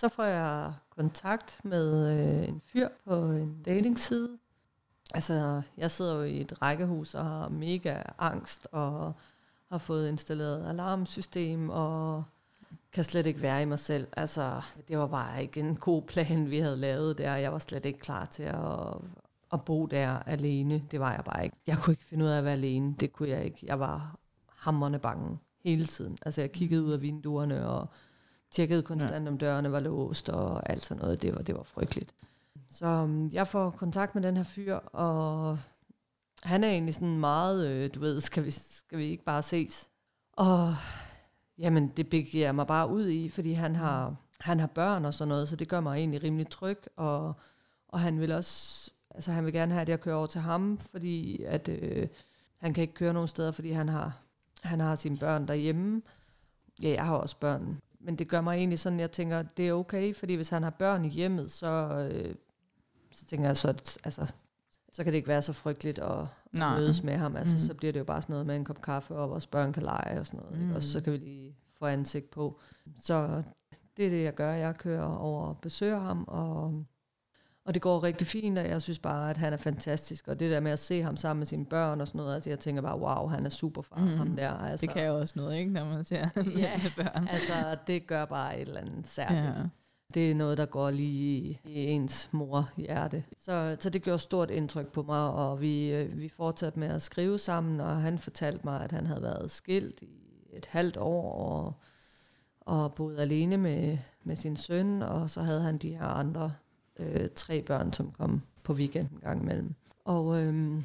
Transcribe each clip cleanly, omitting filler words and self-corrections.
Så får jeg kontakt med en fyr på en datingside. Altså, jeg sidder jo i et rækkehus og har mega angst, og har fået installeret alarmsystem, og kan slet ikke være i mig selv. Altså, det var bare ikke en god plan, vi havde lavet der. Jeg var slet ikke klar til at bo der alene. Det var jeg bare ikke. Jeg kunne ikke finde ud af at være alene. Det kunne jeg ikke. Jeg var hamrende bange hele tiden. Altså, jeg kiggede ud af vinduerne og tjekkede konstant, om dørene var låst og alt sådan noget. Det var frygteligt. Så jeg får kontakt med den her fyr, og han er egentlig sådan meget, du ved, skal vi ikke bare ses? Og jamen, det begiver jeg mig bare ud i, fordi han har børn og sådan noget, så det gør mig egentlig rimelig tryg, og han vil også, altså han vil gerne have, at jeg kører over til ham, fordi at han kan ikke køre nogen steder, fordi han har sine børn derhjemme. Ja, jeg har også børn, men det gør mig egentlig sådan, jeg tænker, det er okay, fordi hvis han har børn i hjemmet, så tænker jeg, så kan det ikke være så frygteligt at mødes med ham. Altså, så bliver det jo bare sådan noget med en kop kaffe, og vores børn kan lege og sådan noget. Og så kan vi lige få ansigt på. Så det er det, jeg gør. Jeg kører over og besøger ham, og det går rigtig fint, og jeg synes bare, at han er fantastisk. Og det der med at se ham sammen med sine børn og sådan noget, altså jeg tænker bare, wow, han er super far, ham der. Altså, det kan jo også noget, ikke, når man ser med børn. Altså det gør bare et eller andet særligt. Ja. Det er noget, der går lige i ens mor-hjerte. Så det gjorde stort indtryk på mig, og vi fortsatte med at skrive sammen, og han fortalte mig, at han havde været skilt i et halvt år, og boet alene med sin søn, og så havde han de her andre 3 børn, som kom på weekend en gang imellem. Og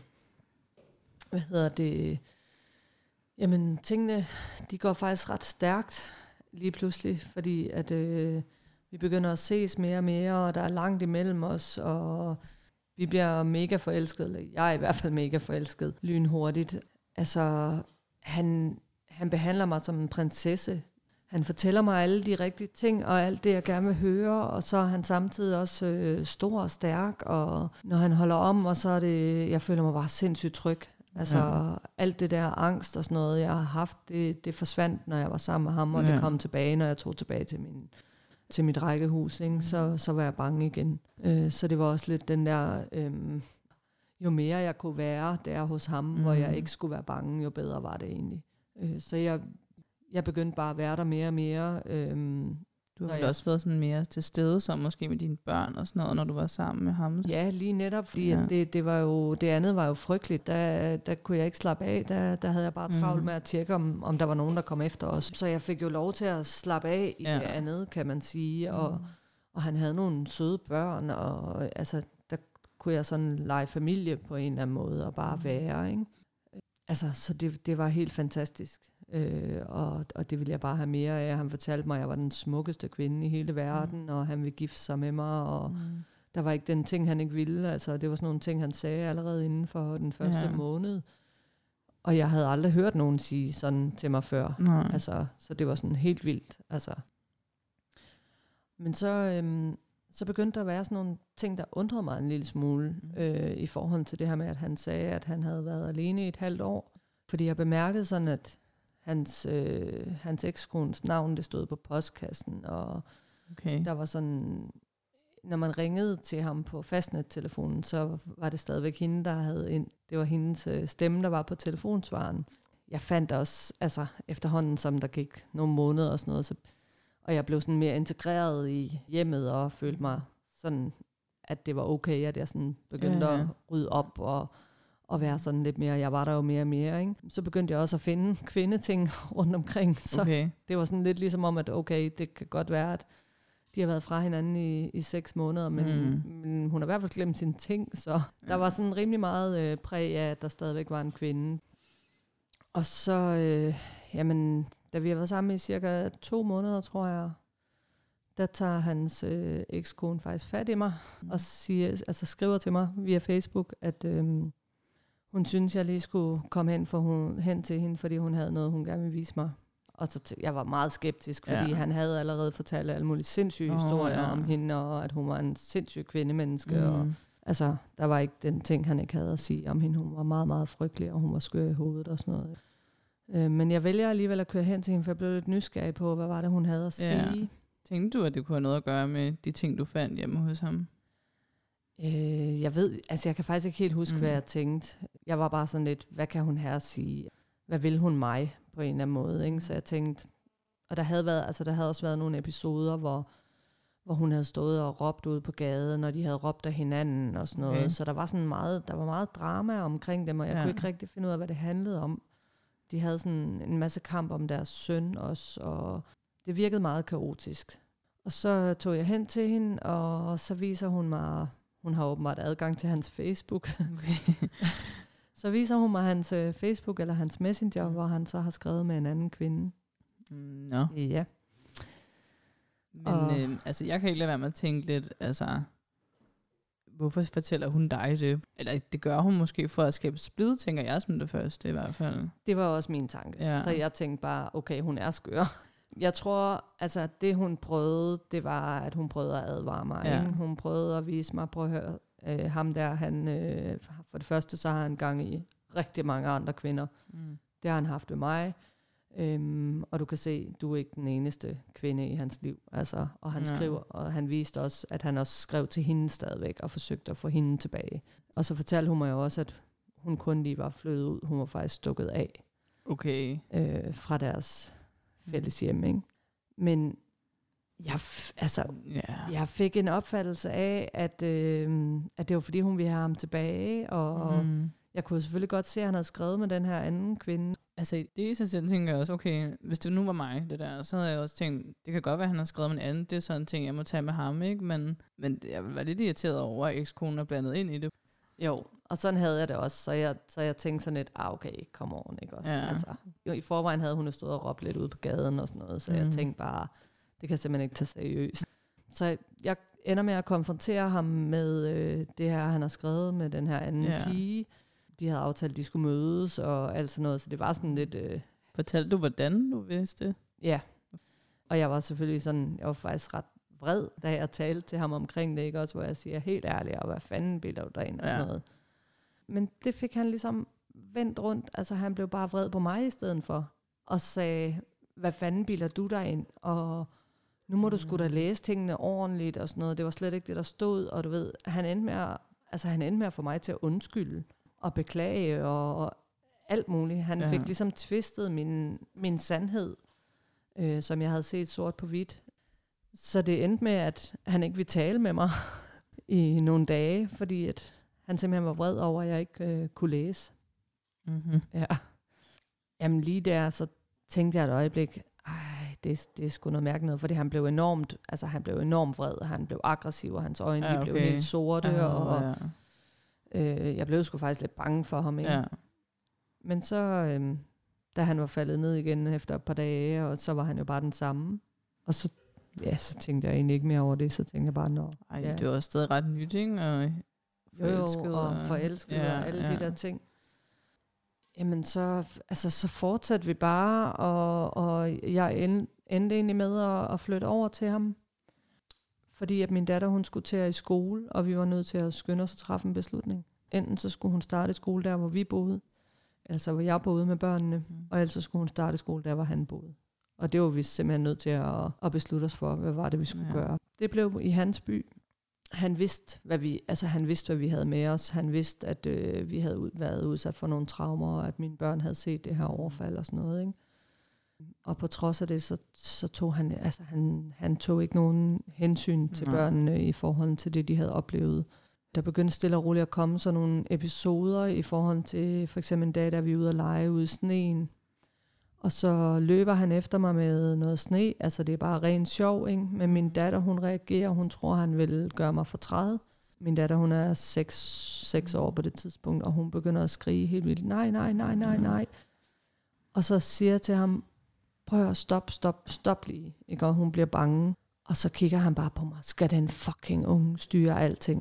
jamen tingene, de går faktisk ret stærkt lige pludselig, fordi at vi begynder at ses mere og mere, og der er langt imellem os, og vi bliver mega forelsket, eller jeg er i hvert fald mega forelsket, lynhurtigt. Altså, han behandler mig som en prinsesse. Han fortæller mig alle de rigtige ting, og alt det, jeg gerne vil høre, og så er han samtidig også stor og stærk, og når han holder om, og så er det, jeg føler mig bare sindssygt tryg. Altså, alt det der angst og sådan noget, jeg har haft, det forsvandt, når jeg var sammen med ham, og det kom tilbage, når jeg tog tilbage til mit rækkehus, ikke? Så var jeg bange igen. Så det var også lidt den der, jo mere jeg kunne være der hos ham, hvor jeg ikke skulle være bange, jo bedre var det egentlig. Så jeg begyndte bare at være der mere og mere. Du har vel også været sådan mere til stede, som måske med dine børn og sådan noget, når du var sammen med ham? Ja, lige netop, fordi det var jo, det andet var jo frygteligt. Der kunne jeg ikke slappe af. Der havde jeg bare travlt med at tjekke, om der var nogen, der kom efter os. Så jeg fik jo lov til at slappe af i det andet, kan man sige. Og han havde nogle søde børn, og altså, der kunne jeg sådan lege familie på en eller anden måde, og bare være, ikke? Altså, så det var helt fantastisk. Og det ville jeg bare have mere af. Han fortalte mig, at jeg var den smukkeste kvinde i hele verden, og han ville gifte sig med mig, og der var ikke den ting, han ikke ville. Altså, det var sådan nogle ting, han sagde allerede inden for den første måned. Og jeg havde aldrig hørt nogen sige sådan til mig før. Altså, så det var sådan helt vildt. Altså. Men så begyndte der at være sådan nogle ting, der undrede mig en lille smule i forhold til det her med, at han sagde, at han havde været alene i et halvt år. Fordi jeg bemærkede sådan, at hans ekskones navn, det stod på postkassen, og der var sådan, når man ringede til ham på fastnettelefonen, så var det stadigvæk hende, der havde det var hendes stemme, der var på telefonsvaren. Jeg fandt også, altså efterhånden, som der gik nogle måneder og sådan noget, og jeg blev sådan mere integreret i hjemmet, og følte mig sådan, at det var okay, at jeg sådan begyndte at rydde op, og være sådan lidt mere, jeg var der jo mere og mere, ikke? Så begyndte jeg også at finde kvindeting rundt omkring, så det var sådan lidt ligesom om, at okay, det kan godt være, at de har været fra hinanden i 6 måneder, men hun har i hvert fald glemt sine ting, så der var sådan rimelig meget præg af, at der stadigvæk var en kvinde. Og så, da vi har været sammen i cirka 2 måneder, tror jeg, der tager hans ekskone faktisk fat i mig, og skriver til mig via Facebook, at hun synes, jeg lige skulle komme hen til hende, fordi hun havde noget, hun gerne ville vise mig. Og så jeg var meget skeptisk, fordi han havde allerede fortalt alle mulige sindssyge historier om hende, og at hun var en sindssyg kvindemenneske. Og, altså, der var ikke den ting, han ikke havde at sige om hende. Hun var meget, meget frygtelig, og hun var skør i hovedet og sådan noget. Men jeg vælger alligevel at køre hen til hende, for jeg blev lidt nysgerrig på, hvad var det, hun havde at sige. Tænkte du, at det kunne have noget at gøre med de ting, du fandt hjemme hos ham? Jeg kan faktisk ikke helt huske, hvad jeg tænkte. Jeg var bare sådan lidt, hvad kan hun her sige? Hvad vil hun mig på en eller anden måde? Ikke? Så jeg tænkte, og der havde også været nogle episoder, hvor hun havde stået og råbt ude på gaden, og de havde råbt af hinanden og sådan noget. Okay. Så der var meget drama omkring dem, og jeg kunne ikke rigtig finde ud af, hvad det handlede om. De havde sådan en masse kamp om deres søn også, og det virkede meget kaotisk. Og så tog jeg hen til hende, og så viser hun mig, hun har åbenbart adgang til hans Facebook. Okay. Så viser hun mig hans Facebook eller hans Messenger, hvor han så har skrevet med en anden kvinde. Nå. Ja. Men jeg kan ikke lade være med at tænke lidt, hvorfor fortæller hun dig det? Eller det gør hun måske for at skabe splid, tænker jeg som det første i hvert fald. Det var også min tanke. Ja. Så jeg tænkte bare, okay, hun er skør. Jeg tror, det hun prøvede, det var, at hun prøvede at advare mig. Ja. Ikke? Hun prøvede at vise mig, prøv at høre, ham der, han, for det første, så har han gang i rigtig mange andre kvinder. Det har han haft ved mig. Og du kan se, du er ikke den eneste kvinde i hans liv. Og han skriver, og han viste også, at han også skrev til hende stadigvæk, og forsøgte at få hende tilbage. Og så fortalte hun mig jo også, at hun kun lige var flyttet ud. Hun var faktisk stukket af. Okay. Fra deres fælles hjem, ikke? Men jeg fik en opfattelse af, at det var fordi, hun ville have ham tilbage, og jeg kunne selvfølgelig godt se, at han havde skrevet med den her anden kvinde. Det i sig selv tænker jeg også, okay, hvis det nu var mig, det der, så havde jeg også tænkt, det kan godt være, at han har skrevet med en anden, det er sådan en ting, jeg må tage med ham, ikke? Men jeg var lidt irriteret over, at ekskonen er blandet ind i det. Jo, og sådan havde jeg det også, så jeg tænkte sådan lidt, okay, kom on, ikke også? Ja. I forvejen havde hun jo stået og råbt lidt ude på gaden og sådan noget, så jeg tænkte bare, det kan jeg simpelthen ikke tage seriøst. Så jeg ender med at konfrontere ham med det her, han har skrevet med den her anden pige. De havde aftalt, at de skulle mødes og alt sådan noget, så det var sådan lidt... Fortalte du, hvordan du vidste det? Ja, og jeg var selvfølgelig sådan, jeg var faktisk ret vred, da jeg talte til ham omkring det, ikke også, hvor jeg siger helt ærligt, og hvad fanden bilder du derinde og sådan noget. Men det fik han ligesom vendt rundt, han blev bare vred på mig i stedet for, og sagde, hvad fanden bilder du derind, og nu må du sgu da læse tingene ordentligt og sådan noget, det var slet ikke det, der stod, og du ved, han endte med at få mig til at undskylde, og beklage, og alt muligt. Han fik ligesom twistet min sandhed, som jeg havde set sort på hvidt. Så det endte med, at han ikke ville tale med mig i nogle dage, fordi at han simpelthen var vred over, at jeg ikke kunne læse. Mm-hmm. Ja. Jamen lige der, så tænkte jeg et øjeblik, det er sgu noget mærkeligt noget, fordi han blev enormt vred, og han blev aggressiv, og hans øjne blev helt sorte, og jeg blev sgu faktisk lidt bange for ham, ikke? Ja. Men så, da han var faldet ned igen efter et par dage, og så var han jo bare den samme. Og så tænkte jeg egentlig ikke mere over det, så tænkte jeg bare, det var også stadig ret nyt, ikke? Og forelsket, og alle de der ting. Jamen så fortsatte vi bare, og jeg endte egentlig med at flytte over til ham. Fordi at min datter, hun skulle til at i skole, og vi var nødt til at skynde os at træffe en beslutning. Enten så skulle hun starte i skole der, hvor vi boede, altså hvor jeg boede med børnene, og ellers så skulle hun starte i skole der, hvor han boede. Og det var vi simpelthen nødt til at beslutte os for, hvad var det, vi skulle gøre. Det blev i hans by. Han vidste, hvad vi havde med os. Han vidste, at vi havde været udsat for nogle traumer, og at mine børn havde set det her overfald og sådan noget, ikke? Og på trods af det, så tog han tog ikke nogen hensyn til børnene i forhold til det, de havde oplevet. Der begyndte stille og roligt at komme sådan nogle episoder i forhold til, for eksempel en dag, der vi ude at lege ude i sneen. Og så løber han efter mig med noget sne, det er bare ren sjov, ikke? Men min datter, hun reagerer, hun tror, han vil gøre mig fortræd. Min datter, hun er 6 år på det tidspunkt, og hun begynder at skrige helt vildt, nej. Og så siger jeg til ham, prøv at stop lige, ikke? Og hun bliver bange. Og så kigger han bare på mig, skal den fucking unge styre alting?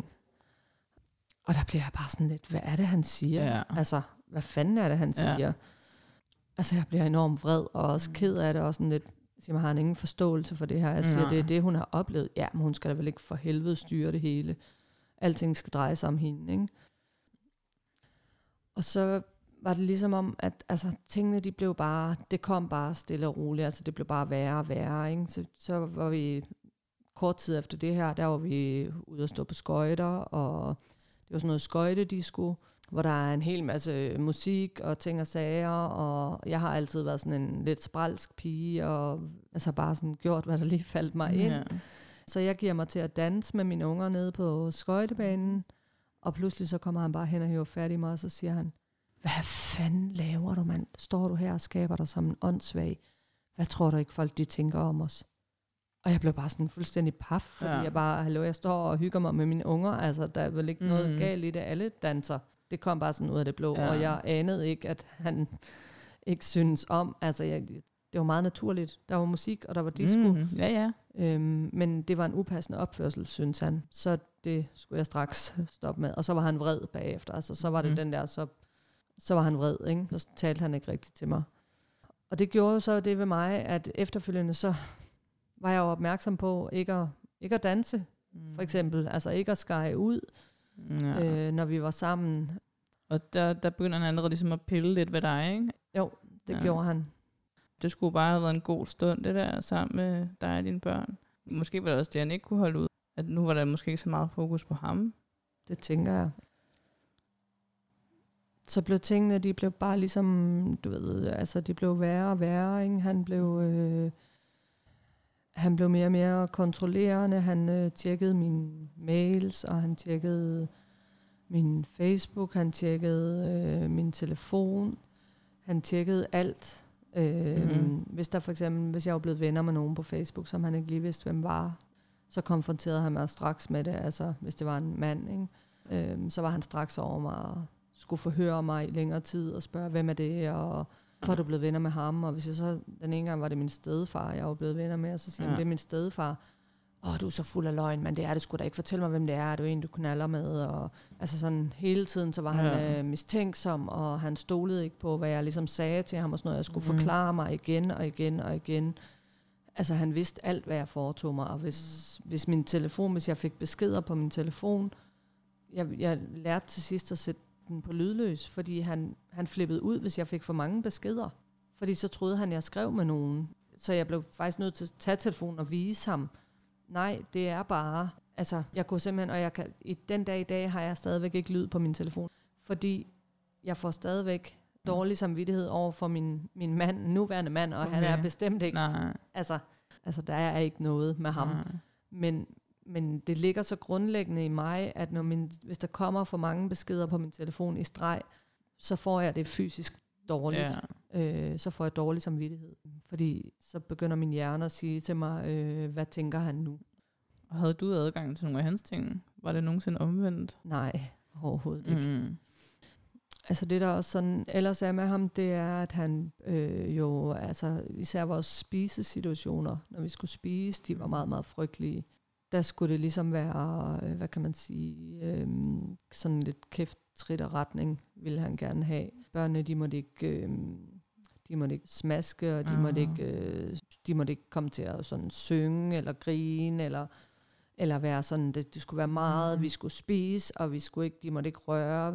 Og der bliver jeg bare sådan lidt, hvad er det, han siger? Ja. Hvad fanden er det, han siger? Jeg bliver enormt vred, og også ked af det, og sådan lidt, siger, har han ingen forståelse for det her? Jeg siger, det er det, hun har oplevet. Ja, men hun skal da vel ikke for helvede styre det hele. Alting skal dreje sig om hende, ikke? Og så var det ligesom om, at altså, tingene, det kom bare stille og roligt, altså det blev bare værre og værre, ikke? Så var vi kort tid efter det her, der var vi ude at stå på skøjter, og det var sådan noget skøjtedisco, hvor der er en hel masse musik og ting og sager, og jeg har altid været sådan en lidt spralsk pige, og altså bare sådan gjort, hvad der lige faldt mig ind. Ja. Så jeg giver mig til at danse med mine unger nede på skøjtebanen, og pludselig så kommer han bare hen og hiver fat i mig, og så siger han, hvad fanden laver du, mand? Står du her og skaber dig som en åndssvag? Hvad tror du ikke folk, de tænker om os? Og jeg blev bare sådan fuldstændig paf, fordi jeg står og hygger mig med mine unger. Altså, der er vel ikke noget galt i det, alle danser. Det kom bare sådan ud af det blå, og jeg anede ikke, at han ikke synes om. Altså, det var meget naturligt. Der var musik, og der var disco. Men det var en upassende opførsel, synes han. Så det skulle jeg straks stoppe med. Og så var han vred bagefter. Altså, så var det den der, så var han vred, ikke? Så talte han ikke rigtigt til mig. Og det gjorde jo så det ved mig, at efterfølgende så var jeg jo opmærksom på ikke at danse, for eksempel. Altså ikke at skære ud, når vi var sammen. Og der begynder han allerede ligesom at pille lidt ved dig, ikke? Jo, det gjorde han. Det skulle bare have været en god stund, det der, sammen med dig og dine børn. Måske var det også det, han ikke kunne holde ud. At nu var der måske ikke så meget fokus på ham. Det tænker jeg. Så blev tingene, de blev bare ligesom, du ved, altså de blev værre og værre, ikke? Han blev mere og mere kontrollerende. Han tjekkede mine mails, og han tjekkede min Facebook, han tjekkede min telefon. Han tjekkede alt. Hvis jeg var blevet venner med nogen på Facebook, som han ikke lige vidste, hvem var, så konfronterede han mig straks med det. Altså, hvis det var en mand, ikke? Så var han straks over mig og skulle forhøre mig i længere tid og spørge, hvem er det, og hvorfor er du blevet venner med ham? Og hvis jeg så, den ene gang var det min stedfar, jeg var blevet venner med, og så siger han, det er min stedfar. Du er så fuld af løgn, men det er det sgu da ikke. Fortæl mig, hvem det er. Er du en, du knaller med? Og altså sådan hele tiden, så var han mistænksom, og han stolede ikke på, hvad jeg ligesom sagde til ham og sådan noget. Jeg skulle forklare mig igen og igen og igen. Altså han vidste alt, hvad jeg foretog mig. Og hvis min telefon, hvis jeg fik beskeder på min telefon, jeg lærte til sidst at sætte den på lydløs, fordi han flippede ud, hvis jeg fik for mange beskeder. Fordi så troede han, jeg skrev med nogen. Så jeg blev faktisk nødt til at tage telefonen og vise ham, nej, det er bare, altså jeg kunne simpelthen, og i den dag i dag har jeg stadigvæk ikke lyd på min telefon, fordi jeg får stadigvæk dårlig samvittighed over for min mand, nuværende mand, og han er bestemt ikke, altså der er ikke noget med ham, men det ligger så grundlæggende i mig, at hvis der kommer for mange beskeder på min telefon i streg, så får jeg det fysisk dårligt. Så får jeg dårlig samvittighed. Fordi så begynder min hjerne at sige til mig, hvad tænker han nu? Og havde du adgang til nogle af hans ting? Var det nogensinde omvendt? Nej, overhovedet ikke. Altså det der også sådan, ellers er med ham, det er, at han jo, altså især vores spisesituationer, når vi skulle spise, de var meget, meget frygtelige. Der skulle det ligesom være, hvad kan man sige, sådan lidt kæft, trit og retning, ville han gerne have. Børnene, de måtte ikke smaske, og de måtte ikke komme til at sådan synge, eller grine, eller være sådan, det skulle være meget, vi skulle spise, og de måtte ikke røre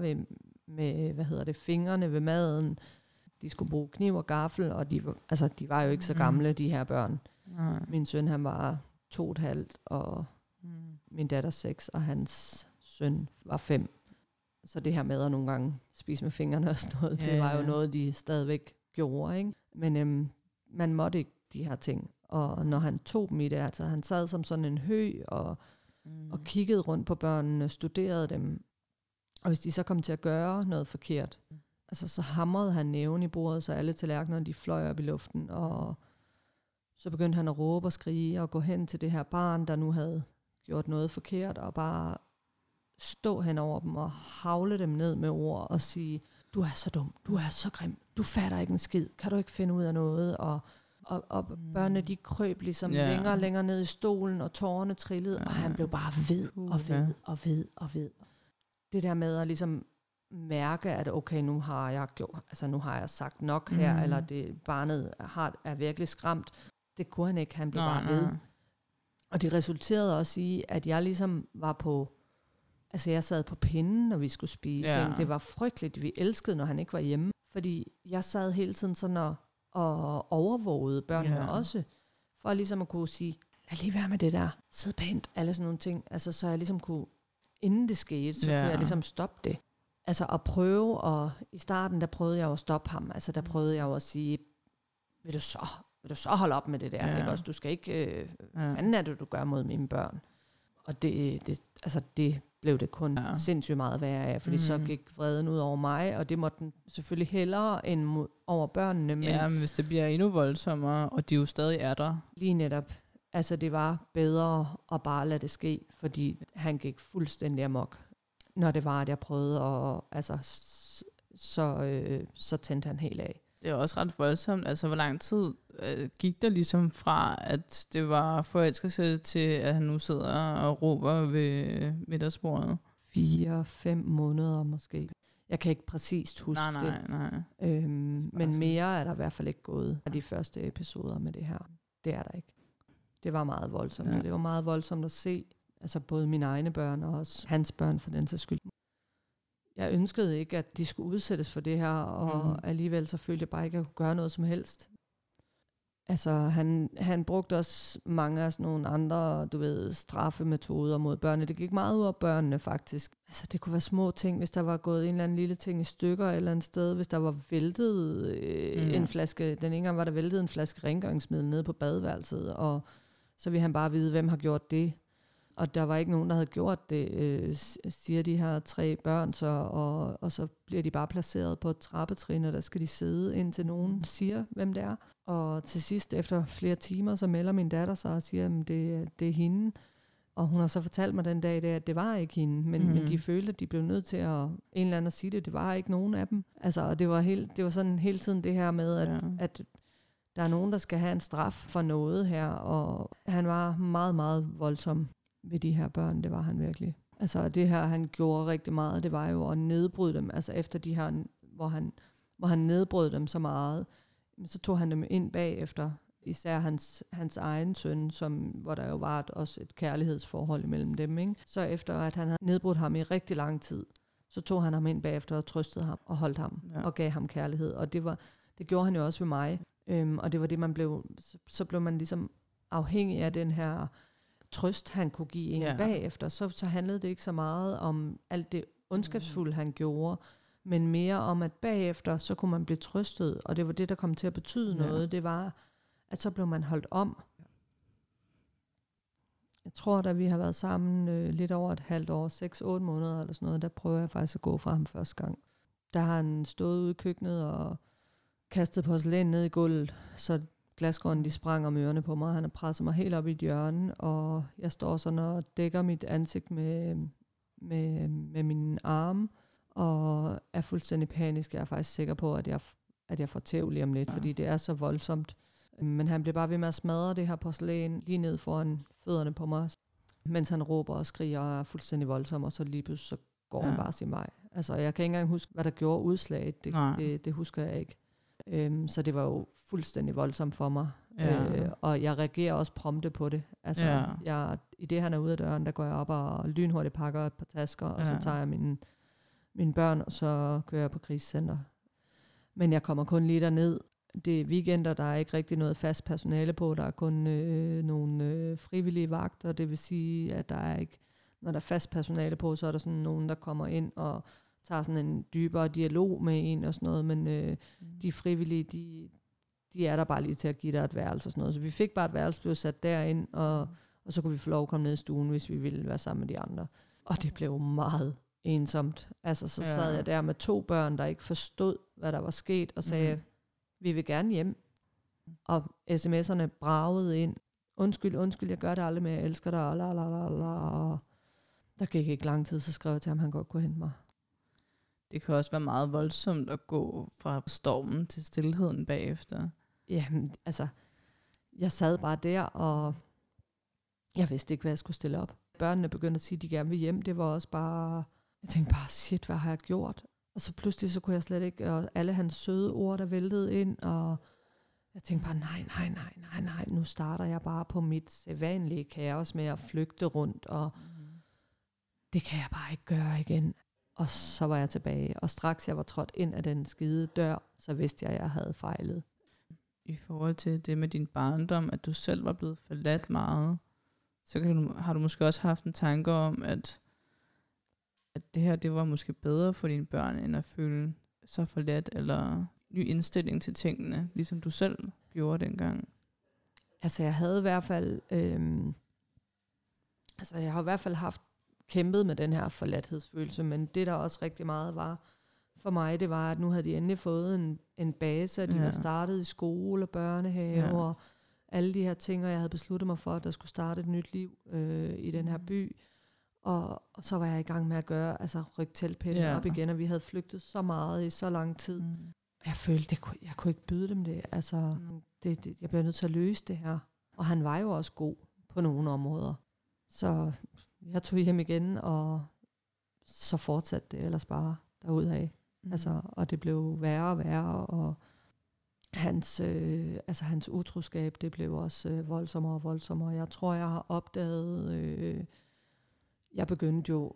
med fingrene ved maden. De skulle bruge kniv og gaffel, og de var jo ikke så gamle, de her børn. Min søn, han var 2,5, og min datter 6, og hans søn var 5. Så det her med at nogle gange spise med fingrene og sådan noget, det var jo noget, de stadigvæk gjorde, ikke? Men man måtte ikke de her ting. Og når han tog dem i det, altså han sad som sådan en hø og kiggede rundt på børnene, studerede dem. Og hvis de så kom til at gøre noget forkert, altså så hamrede han næven i bordet, så alle tallerkenerne, de fløj op i luften. Og så begyndte han at råbe og skrige og gå hen til det her barn, der nu havde gjort noget forkert, og bare stå hen over dem og havle dem ned med ord og sige, du er så dum, du er så grim, du fatter ikke en skid, kan du ikke finde ud af noget? Og børnene, de krøb ligesom længere og længere ned i stolen, og tårerne trillede, og han blev bare ved. Det der med at ligesom mærke, at okay, nu har jeg sagt nok her, eller det barnet er virkelig skræmt. Det kunne han ikke, han blev bare ved. Og det resulterede også i, at jeg ligesom var på, altså jeg sad på pinden, når vi skulle spise. Det var frygteligt, vi elskede, når han ikke var hjemme. Fordi jeg sad hele tiden sådan og overvågede børnene også, for ligesom at kunne sige, lad lige være med det der, sid pænt, alle sådan nogle ting. Altså, så jeg ligesom kunne, inden det skete, så kunne jeg ligesom stoppe det. Altså at prøve, og i starten, der prøvede jeg jo at stoppe ham. Altså der prøvede jeg jo at sige, vil du så holde op med det der? Ikke også? Du skal ikke, fanden er det, du gør mod mine børn? Og det blev det kun sindssygt meget værre af, fordi så gik vreden ud over mig, og det måtte den selvfølgelig hellere end over børnene. Men hvis det bliver endnu voldsommere, og de jo stadig er der. Lige netop. Altså det var bedre at bare lade det ske, fordi han gik fuldstændig amok, når det var, at jeg prøvede, og altså så tændte han helt af. Det er også ret voldsomt. Altså, hvor lang tid gik der ligesom fra, at det var forelskelse, til at han nu sidder og råber ved middagsbordet? 4-5 måneder måske. Jeg kan ikke præcist huske det. Nej. Men mere er der i hvert fald ikke gået af de første episoder med det her. Det er der ikke. Det var meget voldsomt. Ja. Det var meget voldsomt at se. Altså både mine egne børn og også hans børn for den sags skyld. Jeg ønskede ikke, at de skulle udsættes for det her, og alligevel så følte jeg bare ikke, at jeg kunne gøre noget som helst. Altså, han brugte også mange af sådan nogle andre, straffemetoder mod børnene. Det gik meget ud af børnene, faktisk. Altså, det kunne være små ting, hvis der var gået en eller anden lille ting i stykker et eller andet sted. Hvis der var væltet en flaske, den ene gang var der væltet en flaske rengøringsmiddel nede på badeværelset, og så ville han bare vide, hvem har gjort det. Og der var ikke nogen, der havde gjort det, siger de her 3 børn, og så bliver de bare placeret på et trappetrin, og der skal de sidde, indtil nogen siger, hvem det er. Og til sidst, efter flere timer, så melder min datter sig og siger, at det er hende. Og hun har så fortalt mig den dag, at det var ikke hende, men de følte, at de blev nødt til at en eller anden at sige det. Det var ikke nogen af dem. Altså, og det var sådan hele tiden det her med, at der er nogen, der skal have en straf for noget her, og han var meget, meget voldsom ved de her børn, det var han virkelig. Altså det her, han gjorde rigtig meget, det var jo at nedbryde dem, altså efter de her, hvor han nedbrød dem så meget, så tog han dem ind bagefter, især hans egen søn, hvor der jo var også et kærlighedsforhold imellem dem, ikke? Så efter at han havde nedbrudt ham i rigtig lang tid, så tog han ham ind bagefter og trøstede ham og holdt ham og gav ham kærlighed, og det gjorde han jo også ved mig, og det var det, så blev man ligesom afhængig af den her trøst, han kunne give en bagefter, så handlede det ikke så meget om alt det ondskabsfulde, han gjorde, men mere om, at bagefter, så kunne man blive trøstet, og det var det, der kom til at betyde noget. Det var, at så blev man holdt om. Jeg tror, da vi har været sammen lidt over et halvt år, 6-8 måneder eller sådan noget, der prøver jeg faktisk at gå fra ham første gang. Der har han stået ude i køkkenet og kastet porcelæn ned i gulvet, så glasskårene, de sprang om ørerne på mig. Han har presset mig helt op i et hjørne, og jeg står sådan og dækker mit ansigt med min arm, og er fuldstændig panisk. Jeg er faktisk sikker på, at jeg får tæv lige om lidt, fordi det er så voldsomt. Men han bliver bare ved med at smadre det her porcelæn lige ned foran fødderne på mig, mens han råber og skriger og er fuldstændig voldsom, og så lige pludselig så går han bare sin vej. Altså, jeg kan ikke engang huske, hvad der gjorde udslaget. Det husker jeg ikke. Så det var jo fuldstændig voldsomt for mig. Og jeg reagerer også prompte på det. Altså, i det han er ude af døren, der går jeg op og lynhurtigt pakker et par tasker, og så tager jeg mine børn, og så kører jeg på krisecenter. Men jeg kommer kun lige derned. Det er weekender, der er ikke rigtig noget fast personale på, der er kun nogle frivillige vagter, det vil sige, at der er ikke, når der er fast personale på, så er der sådan nogen, der kommer ind og tager sådan en dybere dialog med en og sådan noget, men de frivillige, de er der bare lige til at give dig et værelse og sådan noget. Så vi fik bare et værelse, blev sat derind, og så kunne vi få lov at komme ned i stuen, hvis vi ville være sammen med de andre. Og det blev meget ensomt. Altså så sad jeg der med 2 børn, der ikke forstod, hvad der var sket, og sagde, vi vil gerne hjem. Og sms'erne bragede ind. Undskyld, jeg gør det aldrig mere, jeg elsker dig, og der gik ikke lang tid, så skrev jeg til ham, han godt kunne hente mig. Det kan også være meget voldsomt at gå fra stormen til stilheden bagefter. Jamen, altså, jeg sad bare der, og jeg vidste ikke, hvad jeg skulle stille op. Børnene begyndte at sige, at de gerne ville hjem. Det var også bare, jeg tænkte bare, shit, hvad har jeg gjort? Og så pludselig, så kunne jeg slet ikke, og alle hans søde ord, der væltede ind, og jeg tænkte bare, nej, nu starter jeg bare på mit sædvanlige kaos med at flygte rundt, og det kan jeg bare ikke gøre igen. Og så var jeg tilbage. Og straks jeg var trådt ind af den skide dør, så vidste jeg, at jeg havde fejlet. I forhold til det med din barndom, at du selv var blevet forladt meget, så har du måske også haft en tanke om, at det her, det var måske bedre for dine børn, end at føle sig forladt, eller ny indstilling til tingene, ligesom du selv gjorde dengang. Altså jeg havde i hvert fald, jeg har i hvert fald haft kæmpet med den her forladthedsfølelse, men det der også rigtig meget var for mig, det var, at nu havde de endelig fået en base, at de var startet i skole og børnehave og alle de her ting, og jeg havde besluttet mig for, at der skulle starte et nyt liv i den her by. Og så var jeg i gang med at rykke teltpinden op igen, og vi havde flygtet så meget i så lang tid. Jeg følte, jeg kunne ikke byde dem det. Jeg blev nødt til at løse det her. Og han var jo også god på nogle områder. Så jeg tog hjem igen, og så fortsatte det ellers bare derudad. Og det blev værre og værre, og hans utroskab, det blev også voldsommere og voldsommere. Jeg tror, jeg har opdaget, jeg begyndte jo,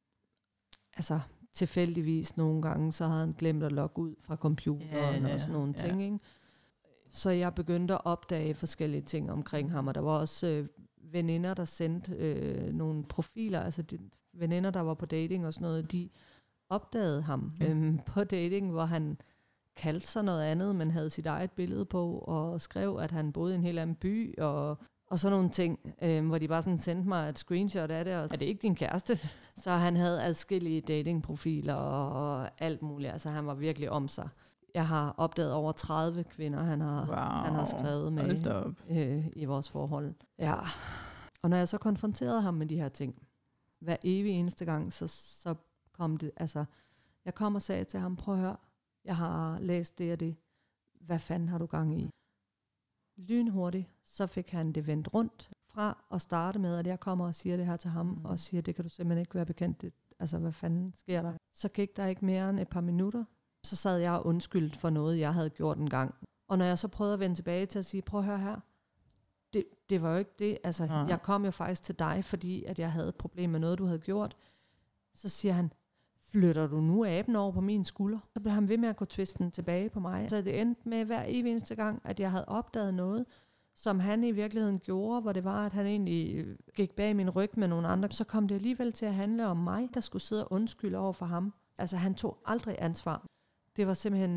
tilfældigvis nogle gange, så havde han glemt at logge ud fra computeren og sådan nogle ting, ikke? Så jeg begyndte at opdage forskellige ting omkring ham, og der var også veninder, der sendte nogle profiler, veninder, der var på dating og sådan noget, de opdagede ham på dating, hvor han kaldte sig noget andet, men havde sit eget billede på, og skrev, at han boede i en helt anden by, og sådan nogle ting, hvor de bare sådan sendte mig et screenshot af det, og er det ikke din kæreste? Så han havde adskillige datingprofiler og alt muligt, altså han var virkelig om sig. Jeg har opdaget over 30 kvinder, han har skrevet med i vores forhold. Ja. Og når jeg så konfronterede ham med de her ting, hver evig eneste gang, så kom det, jeg kom og sagde til ham, prøv at høre, jeg har læst det og det. Hvad fanden har du gang i? Lynhurtigt, så fik han det vendt rundt fra at starte med, at jeg kommer og siger det her til ham, og siger, det kan du simpelthen ikke være bekendt. Hvad fanden sker der? Så gik der ikke mere end et par minutter. Så sad jeg og undskyldte for noget, jeg havde gjort en gang. Og når jeg så prøvede at vende tilbage til at sige, prøv at høre her, det var jo ikke det. Jeg kom jo faktisk til dig, fordi at jeg havde et problem med noget, du havde gjort. Så siger han, flytter du nu aben over på min skulder? Så blev han ved med at gå twisten tilbage på mig. Så det endte med hver evig eneste gang, at jeg havde opdaget noget, som han i virkeligheden gjorde, hvor det var, at han egentlig gik bag min ryg med nogle andre. Så kom det alligevel til at handle om mig, der skulle sidde og undskylde over for ham. Han tog aldrig ansvar. Det var simpelthen,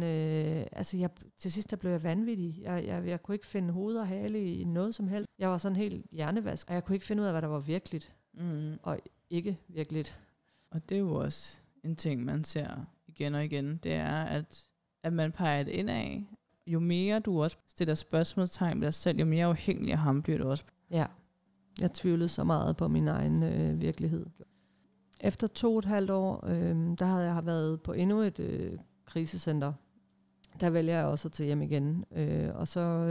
til sidst der blev jeg vanvittig. Jeg kunne ikke finde hoved og hale i noget som helst. Jeg var sådan helt hjernevask, og jeg kunne ikke finde ud af, hvad der var virkeligt, og ikke virkeligt. Og det er jo også en ting, man ser igen og igen, det er, at man peger det indad. Jo mere du også stiller spørgsmålstegn ved dig selv, jo mere afhængig af ham bliver du også. Ja, jeg tvivlede så meget på min egen virkelighed. Efter 2,5 år, der havde jeg været på endnu et krisecenter. Der vælger jeg også at tage hjem igen. Og så,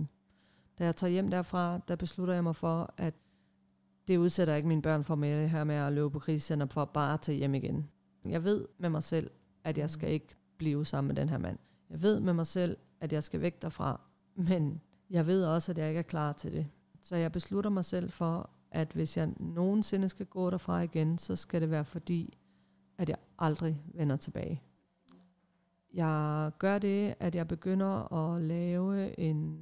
da jeg tager hjem derfra, der beslutter jeg mig for, at det udsætter ikke mine børn for med det her med at løbe på krisecenter for bare at tage hjem igen. Jeg ved med mig selv, at jeg skal ikke blive sammen med den her mand. Jeg ved med mig selv, at jeg skal væk derfra. Men jeg ved også, at jeg ikke er klar til det. Så jeg beslutter mig selv for, at hvis jeg nogensinde skal gå derfra igen, så skal det være fordi, at jeg aldrig vender tilbage. Jeg gør det, at jeg begynder at lave en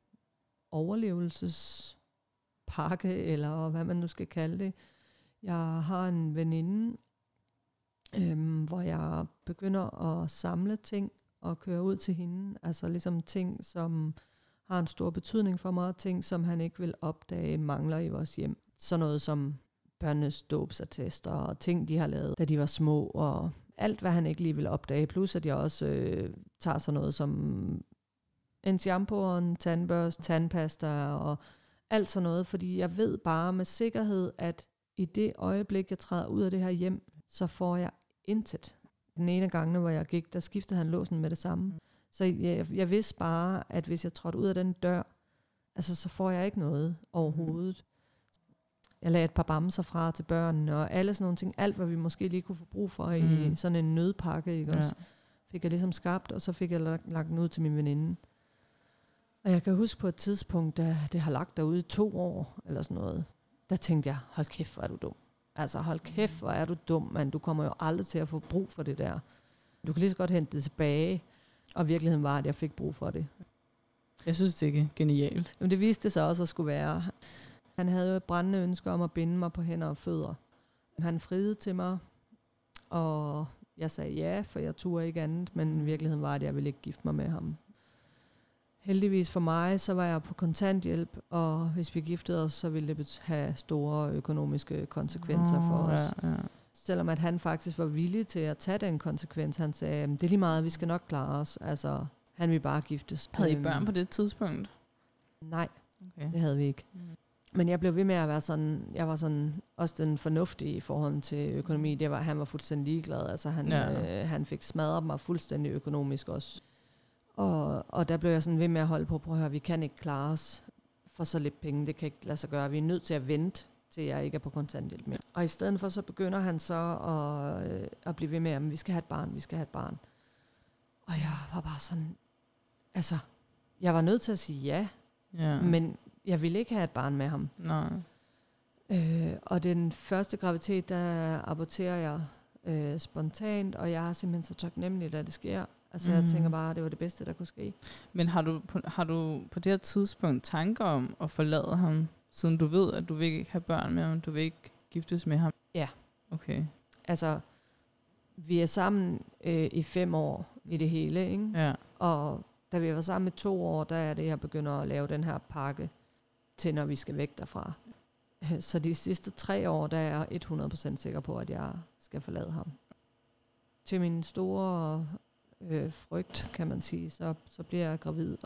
overlevelsespakke, eller hvad man nu skal kalde det. Jeg har en veninde, hvor jeg begynder at samle ting og køre ud til hende. Altså ligesom ting, som har en stor betydning for mig, ting, som han ikke vil opdage, mangler i vores hjem. Sådan noget som børnenes dåbsattester og ting, de har lavet, da de var små, og alt, hvad han ikke lige vil opdage. Plus, at jeg også tager sådan noget som en shampoo og en tandbørste, tandpasta og alt sådan noget, fordi jeg ved bare med sikkerhed, at i det øjeblik, jeg træder ud af det her hjem, så får jeg intet. Den ene gang, hvor jeg gik, der skiftede han låsen med det samme. Så jeg vidste bare, at hvis jeg trådte ud af den dør, så får jeg ikke noget overhovedet. Jeg lagde et par bamser fra til børnene, og alle sådan nogle ting, alt hvad vi måske lige kunne få brug for i sådan en nødpakke, ikke også, fik jeg ligesom skabt, og så fik jeg lagt den ud til min veninde. Og jeg kan huske på et tidspunkt, da det har lagt derude i 2 år, eller sådan noget, der tænkte jeg, hold kæft, hvor er du dum. Altså hold kæft, hvor er du dum, mand. Du kommer jo aldrig til at få brug for det der. Du kan lige så godt hente det tilbage. Og virkeligheden var, at jeg fik brug for det. Jeg synes, det er genialt. Men det viste sig også at skulle være. Han havde jo et brændende ønske om at binde mig på hænder og fødder. Han friede til mig, og jeg sagde ja, for jeg turde ikke andet. Men virkeligheden var, at jeg ville ikke gifte mig med ham. Heldigvis for mig, så var jeg på kontanthjælp, og hvis vi giftede os, så ville det have store økonomiske konsekvenser for os. Ja. Selvom at han faktisk var villig til at tage den konsekvens. Han sagde, det er lige meget, vi skal nok klare os. Altså, han ville bare giftes. Havde I børn på det tidspunkt? Nej, det havde vi ikke. Men jeg blev ved med at være sådan, jeg var sådan også den fornuftige i forhold til økonomi. Han var fuldstændig ligeglad. Altså, han fik smadret mig fuldstændig økonomisk også. Og der blev jeg sådan ved med at holde på at høre, vi kan ikke klare os for så lidt penge. Det kan ikke lade sig gøre. Vi er nødt til at vente, til jeg ikke er på kontanthjælp mere. Og i stedet for, så begynder han så at blive ved med, at vi skal have et barn. Og jeg var bare sådan, altså, jeg var nødt til at sige ja, men jeg ville ikke have et barn med ham. Nej. Og den første graviditet, der aborterer jeg spontant, og jeg er simpelthen så taknemmelig, at det sker. Altså jeg tænker bare, at det var det bedste, der kunne ske. Men har du på det her tidspunkt tanker om at forlade ham, siden du ved, at du vil ikke have børn med ham, du vil ikke giftes med ham? Ja. Okay. Altså, vi er sammen i 5 år i det hele, ikke? Ja. Og da vi var sammen i 2 år, der er det, jeg begynder at lave den her pakke til, når vi skal væk derfra. Så de sidste 3 år, der er jeg 100% sikker på, at jeg skal forlade ham. Til min store frygt, kan man sige, så bliver jeg gravid,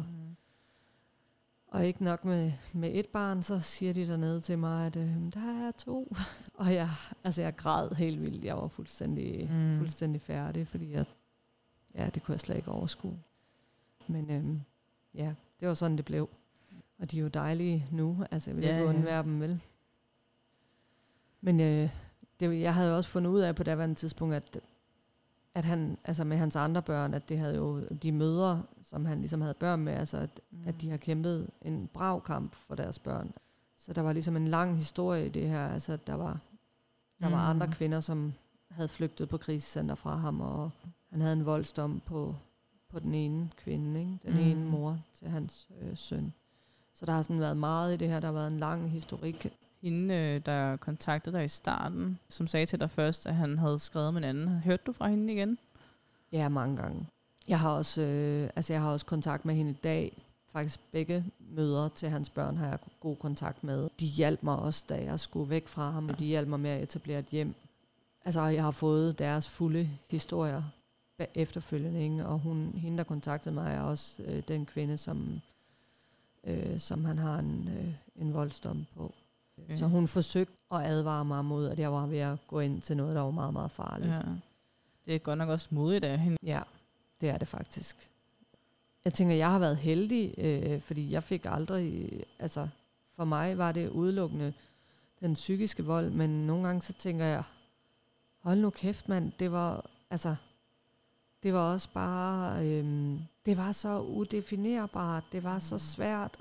og ikke nok med et barn, så siger de dernede til mig, at der er 2. Og jeg græd helt vildt. Jeg var fuldstændig færdig, fordi det kunne jeg slet ikke overskue. Men det var sådan, det blev. Og de er jo dejlige nu. Altså, jeg vil ikke undvære dem, vel? Men jeg havde jo også fundet ud af på daværende tidspunkt, at han, altså med hans andre børn, at det havde jo de mødre, som han ligesom havde børn med, altså at de har kæmpet en brav kamp for deres børn. Så der var ligesom en lang historie i det her. Altså der var andre kvinder, som havde flygtet på krisecenter fra ham, og han havde en voldsdom på den ene kvinde, ikke? Den ene mor til hans søn. Så der har sådan været meget i det her. Der har været en lang historik. Hende, der kontaktede dig i starten, som sagde til dig først, at han havde skrevet med en anden. Hørte du fra hende igen? Ja, mange gange. Jeg har også kontakt med hende i dag. Faktisk begge mødre til hans børn har jeg god kontakt med. De hjalp mig også, da jeg skulle væk fra ham, og de hjalp mig med at etablere et hjem. Altså, jeg har fået deres fulde historier efterfølgende, ikke? Og hende, der kontaktede mig, er også den kvinde, som han har en voldsdom på. Okay. Så hun forsøgte at advare mig mod, at jeg var ved at gå ind til noget, der var meget, meget farligt. Ja. Det er godt nok også modigt af hende. Ja, det er det faktisk. Jeg tænker, jeg har været heldig, fordi jeg fik aldrig, altså for mig var det udelukkende den psykiske vold, men nogle gange så tænker jeg, hold nu kæft mand, det var også bare, det var så udefinerbart, det var så svært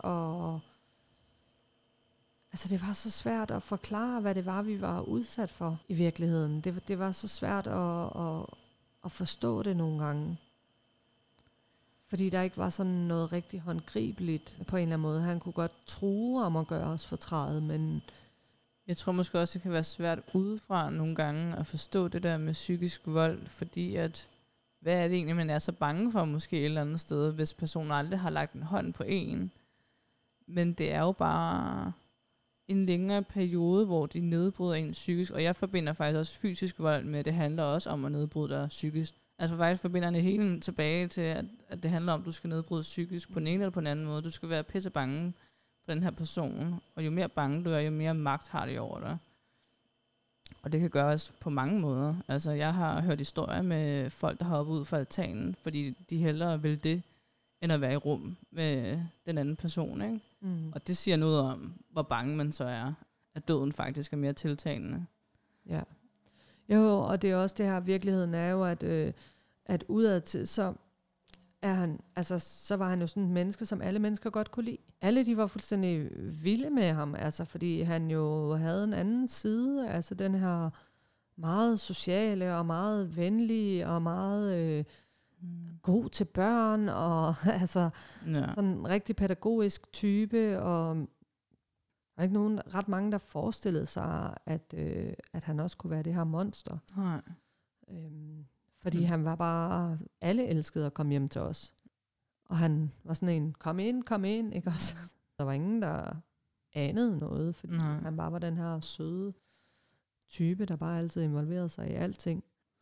det var så svært at forklare, hvad det var, vi var udsat for i virkeligheden. Det var så svært at forstå det nogle gange. Fordi der ikke var sådan noget rigtig håndgribeligt på en eller anden måde. Han kunne godt true om at gøre os fortrædet, men jeg tror måske også, det kan være svært udefra nogle gange at forstå det der med psykisk vold, fordi at, hvad er det egentlig, man er så bange for måske et eller andet sted, hvis personen aldrig har lagt en hånd på en. Men det er jo bare en længere periode, hvor de nedbryder en psykisk, og jeg forbinder faktisk også fysisk vold med, at det handler også om at nedbryde dig psykisk. Altså faktisk forbinder det hele tilbage til, at det handler om, at du skal nedbryde psykisk på den ene eller på den anden måde. Du skal være pisse bange for den her person, og jo mere bange du er, jo mere magt har de over dig. Og det kan gøres på mange måder. Altså jeg har hørt historier med folk, der har hoppet ud fra altanen, fordi de hellere vil det, end at være i rum med den anden person, ikke? Mm. Og det siger noget om, hvor bange man så er, at døden faktisk er mere tiltagende. Ja. Jo, og det er også det her, virkeligheden er jo, at udadtil, så var han jo sådan et menneske, som alle mennesker godt kunne lide. Alle de var fuldstændig vilde med ham, altså fordi han jo havde en anden side, altså den her meget sociale og meget venlige og meget god til børn og altså sådan en rigtig pædagogisk type, og der var ikke ret mange, der forestillede sig, at han også kunne være det her monster. Nej. Fordi han var bare, alle elskede at komme hjem til os. Og han var sådan en, kom ind, ikke også? Der var ingen, der anede noget, fordi han bare var den her søde type, der bare altid involverede sig i alting.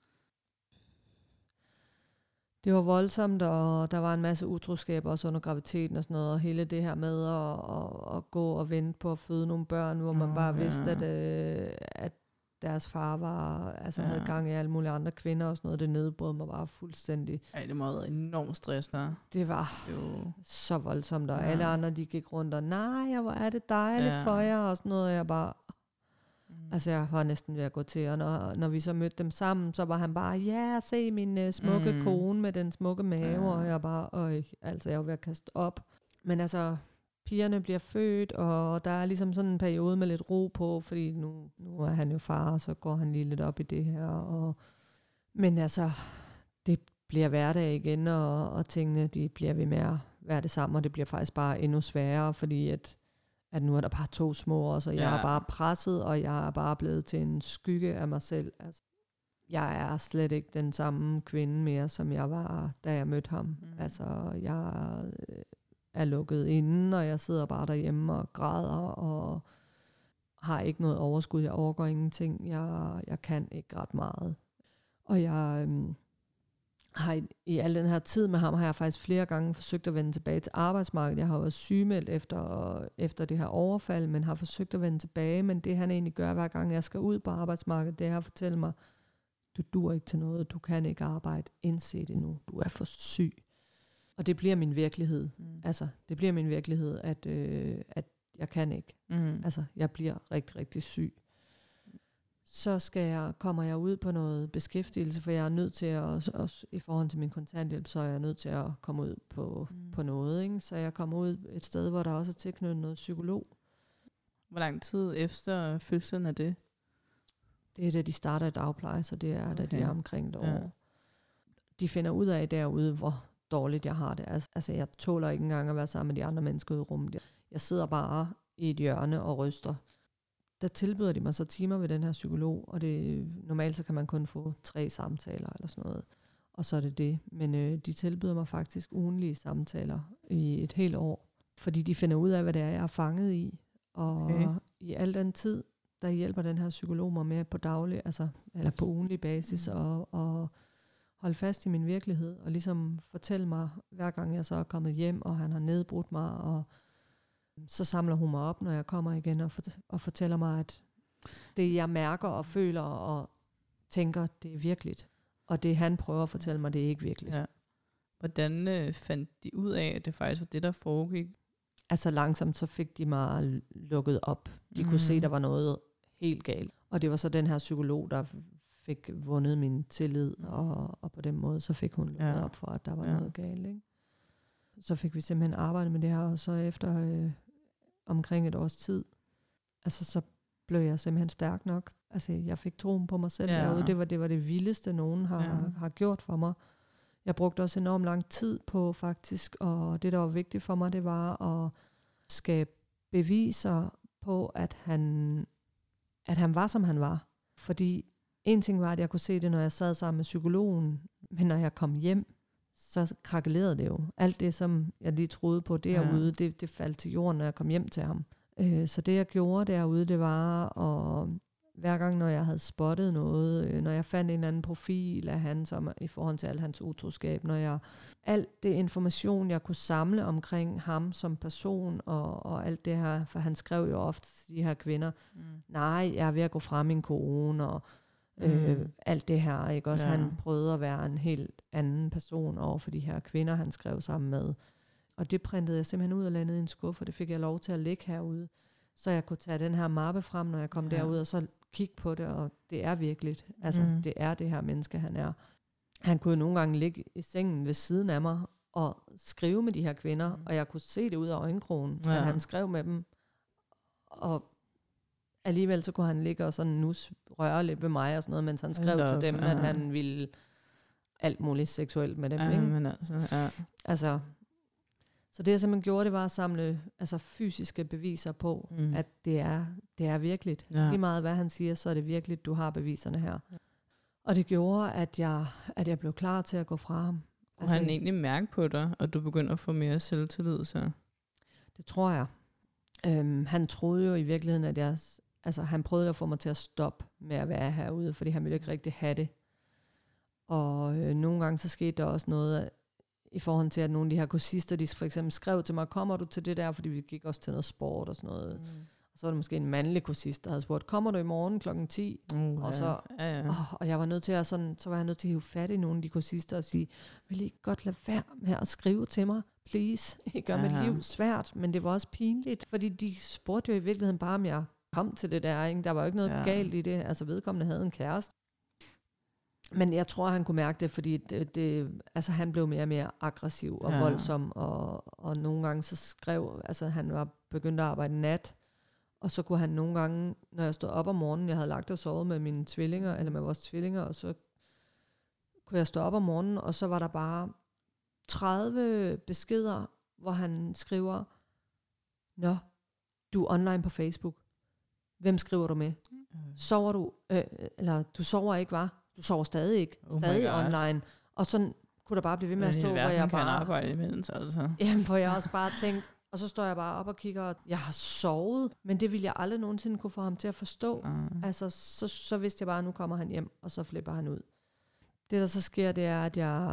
Det var voldsomt, og der var en masse utroskab også under graviditeten og sådan noget, og hele det her med at gå og vente på at føde nogle børn, hvor man bare vidste, at deres far havde gang i alle mulige andre kvinder og sådan noget. Det nedbrød mig bare fuldstændig. Ej, det må have været enormt stressende. Det var så voldsomt, og alle andre, de gik rundt og, nej, hvor er det dejligt for jer, og sådan noget, og jeg bare, altså jeg var næsten ved at gå til, og når vi så mødte dem sammen, så var han bare, se min smukke kone med den smukke mave, og jeg bare, jeg var ved at kaste op. Men altså, pigerne bliver født, og der er ligesom sådan en periode med lidt ro på, fordi nu er han jo far, og så går han lige lidt op i det her. Men altså, det bliver hverdag igen, og tingene, de bliver ved med at være det samme, og det bliver faktisk bare endnu sværere, fordi at nu er der bare 2 små, og så jeg er bare presset, og jeg er bare blevet til en skygge af mig selv. Altså, jeg er slet ikke den samme kvinde mere, som jeg var, da jeg mødte ham. Altså, jeg er lukket inde, og jeg sidder bare derhjemme og græder, og har ikke noget overskud. Jeg overgår ingenting. Jeg kan ikke ret meget. Og jeg har i al den her tid med ham, har jeg faktisk flere gange forsøgt at vende tilbage til arbejdsmarkedet. Jeg har været sygemeldt efter det her overfald, men har forsøgt at vende tilbage. Men det han egentlig gør, hver gang jeg skal ud på arbejdsmarkedet, det er at fortælle mig, du duer ikke til noget, du kan ikke arbejde, indse det nu, du er for syg. Og det bliver min virkelighed. Altså, det bliver min virkelighed, at jeg kan ikke. Altså, jeg bliver rigtig, rigtig syg. Så kommer jeg ud på noget beskæftigelse, for jeg er nødt til også i forhold til min kontanthjælp, så er jeg nødt til at komme ud på noget. Ikke? Så jeg kommer ud et sted, hvor der også er tilknyttet noget psykolog. Hvor lang tid efter fødslen er det? Det er da de starter i dagpleje, så det er da de er omkring et år. De finder ud af derude, hvor dårligt jeg har det. Altså, jeg tåler ikke engang at være sammen med de andre mennesker ude i rummet. Jeg sidder bare i et hjørne og ryster. Der tilbyder de mig så timer ved den her psykolog, og normalt så kan man kun få 3 samtaler eller sådan noget. Og så er det. Men de tilbyder mig faktisk ugentlige samtaler i et helt år, fordi de finder ud af, hvad det er, jeg er fanget i. Og i al den tid, der hjælper den her psykolog mig med på daglig, eller på ugentlig basis, og holde fast i min virkelighed, og ligesom fortælle mig, hver gang jeg så er kommet hjem, og han har nedbrudt mig, og så samler hun mig op, når jeg kommer igen, og fortæller mig, at det jeg mærker og føler og tænker, det er virkeligt. Og det han prøver at fortælle mig, det er ikke virkeligt. Ja. Hvordan fandt de ud af, at det faktisk var det, der foregik? Altså langsomt, så fik de mig lukket op. De kunne se, der var noget helt galt. Og det var så den her psykolog, der fik vundet min tillid, og på den måde, så fik hun lukket op for, at der var noget galt. Ikke? Så fik vi simpelthen arbejdet med det her, og så efter omkring et års tid, altså så blev jeg simpelthen stærk nok. Altså jeg fik troen på mig selv derude. Det var det vildeste, nogen har gjort for mig. Jeg brugte også enormt lang tid på faktisk, og det der var vigtigt for mig, det var at skabe beviser på, at han var, som han var. Fordi en ting var, at jeg kunne se det, når jeg sad sammen med psykologen, men når jeg kom hjem, så krakelerede det jo. Alt det, som jeg lige troede på derude, det faldt til jorden, når jeg kom hjem til ham. Så det, jeg gjorde derude, det var, at hver gang, når jeg havde spottet noget, når jeg fandt en eller anden profil af han, som i forhold til al hans utroskab, alt det information, jeg kunne samle omkring ham som person, og alt det her, for han skrev jo ofte til de her kvinder, nej, jeg er ved at gå fra min kone, og alt det her, ikke også? Han prøvede at være en helt anden person over for de her kvinder, han skrev sammen med. Og det printede jeg simpelthen ud og landede i en skuffe, og det fik jeg lov til at ligge herude, så jeg kunne tage den her mappe frem, når jeg kom derud, og så kigge på det, og det er virkeligt. Altså, det er det her menneske, han er. Han kunne jo nogle gange ligge i sengen ved siden af mig, at skrive med de her kvinder, og jeg kunne se det ud af øjenkrogen, at han skrev med dem, og alligevel så kunne han ligge og sådan røre lidt ved mig og sådan noget, mens han skrev til dem, at han ville alt muligt seksuelt med dem, ikke? Men altså, så det jeg simpelthen gjorde, det var at samle fysiske beviser på, at det er virkeligt. Lige meget hvad han siger, så er det virkeligt, du har beviserne her. Og det gjorde, at jeg blev klar til at gå fra ham. Kunne han egentlig mærke på dig, og du begyndte at få mere selvtillid så? Det tror jeg. Han troede jo i virkeligheden, at han prøvede at få mig til at stoppe med at være herude, fordi han ville ikke rigtig have det. Og nogle gange så skete der også noget i forhold til, at nogle af de her kursister, de for eksempel skrev til mig, kommer du til det der, fordi vi gik også til noget sport og sådan noget. Og så var det måske en mandlig kursist, der havde spurgt, kommer du i morgen klokken 10? Og så, og jeg var nødt til at så var jeg nødt til at hive fat i nogle af de kursister og sige, vil I ikke godt lade være med at skrive til mig? Please. I gør mit liv svært, men det var også pinligt, fordi de spurgte jo i virkeligheden bare, om jeg kom til det der, ikke? Der var jo ikke noget galt i det. Altså vedkommende havde en kæreste. Men jeg tror, han kunne mærke det, fordi han blev mere og mere aggressiv og voldsom, og nogle gange så skrev, han var begyndt at arbejde nat, og så kunne han nogle gange, når jeg stod op om morgenen, jeg havde lagt og sovet med mine tvillinger, eller med vores tvillinger, og så kunne jeg stå op om morgenen, og så var der bare 30 beskeder, hvor han skriver, nå, du er online på Facebook. Hvem skriver du med? Sover du? Eller du sover ikke, var? Du sover stadig ikke. Stadig online. Og sådan kunne der bare blive ved med at stå, hvor jeg bare... arbejde imens, altså. Jamen, hvor jeg også bare tænkte, og så står jeg bare op og kigger, og jeg har sovet, men det ville jeg aldrig nogensinde kunne få ham til at forstå. Altså, så vidste jeg bare, at nu kommer han hjem, og så flipper han ud. Det, der så sker, det er,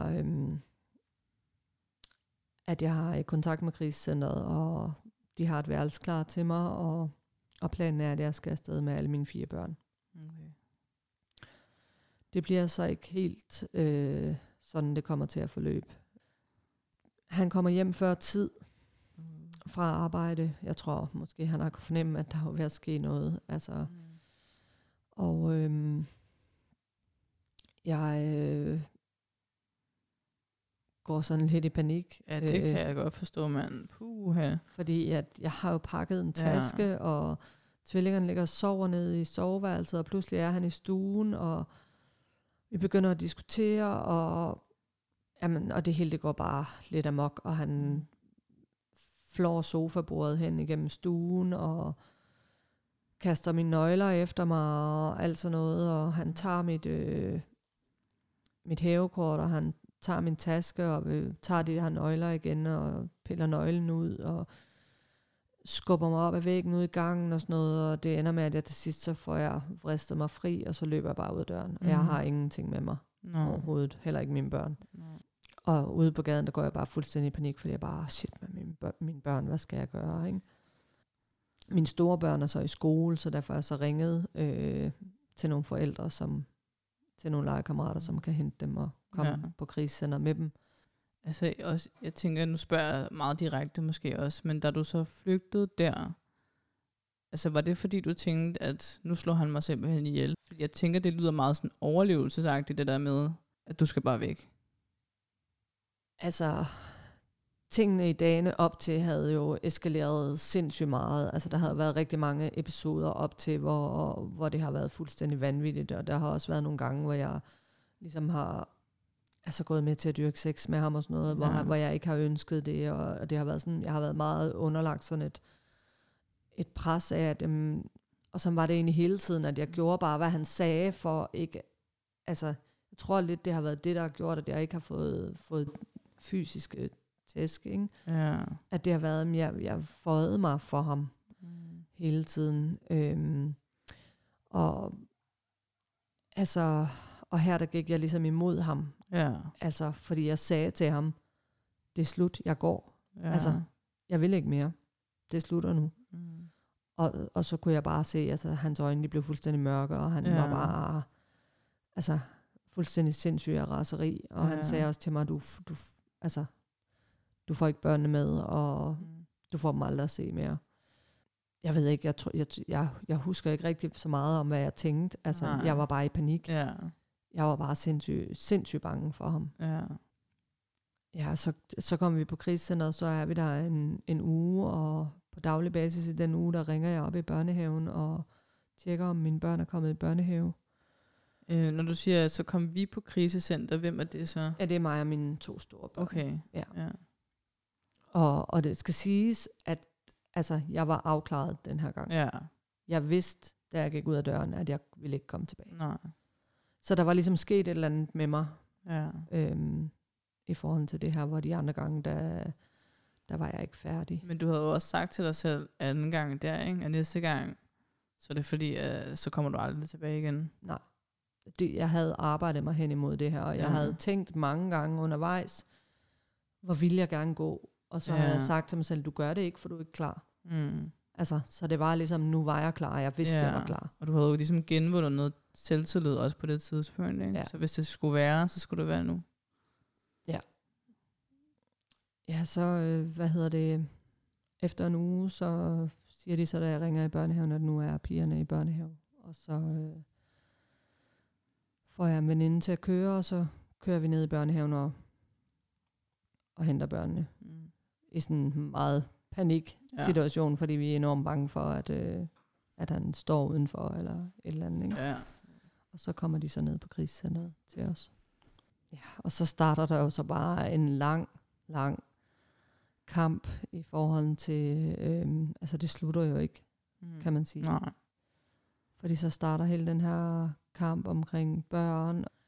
at jeg har i kontakt med krisecenteret, og de har et værelse klar til mig, og planen er, at jeg skal afsted med alle mine 4 børn. Okay. Det bliver så ikke helt sådan, det kommer til at forløbe. Han kommer hjem før tid fra arbejde. Jeg tror måske, han har kunnet fornemme, at der var ved at ske noget. Altså, og jeg går sådan lidt i panik. Ja, det kan jeg godt forstå, mand. Puha. Fordi at jeg har jo pakket en taske, og tvillingerne ligger og sover nede i soveværelset, og pludselig er han i stuen, og vi begynder at diskutere, og det hele det går bare lidt amok, og han flår sofabordet hen igennem stuen, og kaster mine nøgler efter mig, og alt sådan noget, og han tager mit hævekort, og han tager min taske, og tager de her nøgler igen, og piller nøglen ud, og skubber mig op ad væggen ud i gangen og sådan noget, og det ender med, at jeg til sidst, så får jeg vristet mig fri, og så løber jeg bare ud af døren. Og jeg har ingenting med mig overhovedet, heller ikke mine børn. Og ude på gaden, der går jeg bare fuldstændig i panik, fordi jeg bare, shit med mine børn, hvad skal jeg gøre, ikke? Mine store børn er så i skole, så derfor er jeg så ringet til nogle forældre, til nogle legekammerater, som kan hente dem og komme på krisecenter med dem. Altså også, jeg tænker, nu spørger jeg meget direkte måske også, men da du så flygtede der, altså var det fordi du tænkte, at nu slår han mig simpelthen ihjel? Fordi jeg tænker, det lyder meget sådan overlevelsesagtigt, det der med, at du skal bare væk. Altså, tingene i dagene op til havde jo eskaleret sindssygt meget. Altså, der havde været rigtig mange episoder op til, hvor det har været fuldstændig vanvittigt, og der har også været nogle gange, hvor jeg ligesom har gået med til at dyrke sex med ham og sådan noget, hvor jeg ikke har ønsket det, og det har været sådan, jeg har været meget underlagt sådan et pres af, at og så var det egentlig hele tiden, at jeg gjorde bare, hvad han sagde, for ikke, altså, jeg tror lidt, det har været det, der har gjort, at jeg ikke har fået fysiske tæsk, ikke? Ja. At det har været, jeg føjede mig for ham hele tiden. Og altså, og her der gik jeg ligesom imod ham. Ja. Altså, fordi jeg sagde til ham, det er slut, jeg går. Ja. Altså, jeg vil ikke mere. Det slutter nu. Og så kunne jeg bare se, altså hans øjne, de blev fuldstændig mørke, og han var bare, altså, fuldstændig sindssyg af raseri. Og han sagde også til mig, du får ikke børnene med, og du får dem aldrig at se mere. Jeg ved ikke, jeg husker ikke rigtig så meget om, hvad jeg tænkte. Altså, jeg var bare i panik. Ja. Jeg var bare sindssygt bange for ham. Ja. Ja, så kommer vi på krisecenteret, så er vi der en uge, og på daglig basis i den uge, der ringer jeg op i børnehaven og tjekker, om mine børn er kommet i børnehave. Når du siger, så kom vi på krisecenter, hvem er det så? Ja, det er mig og mine 2 store børn. Okay. Ja. Og det skal siges, at altså, jeg var afklaret den her gang. Ja. Jeg vidste, da jeg gik ud af døren, at jeg ville ikke komme tilbage. Nej. Så der var ligesom sket et eller andet med mig, Ja. i forhold til det her, hvor de andre gange, der var jeg ikke færdig. Men du havde jo også sagt til dig selv anden gang der, ikke? Og næste gang, så er det fordi, så kommer du aldrig tilbage igen. Nej. Jeg havde arbejdet mig hen imod det her, og jeg havde tænkt mange gange undervejs, hvor ville jeg gerne gå. Og så havde jeg sagt til mig selv, du gør det ikke, for du er ikke klar. Mm. Altså, så det var ligesom, nu var jeg klar, jeg vidste, jeg var klar. Og du havde jo ligesom genvundet noget selvtillid også på det tidspunkt, ikke? Ja. Så hvis det skulle være, så skulle det være nu. Ja. Ja, så, efter en uge, så siger de så, da jeg ringer i børnehaven, at nu er pigerne i børnehave. Og så får jeg en veninde til at køre, og så kører vi ned i børnehaven og henter børnene. Mm. I sådan en meget panik-situation, fordi vi er enormt bange for, at han står udenfor, eller et eller andet. Ikke? Ja. Og så kommer de så ned på krisecenteret til os. Ja, og så starter der jo så bare en lang kamp i forhold til, altså det slutter jo ikke, kan man sige. Nej. Fordi så starter hele den her kamp omkring børn.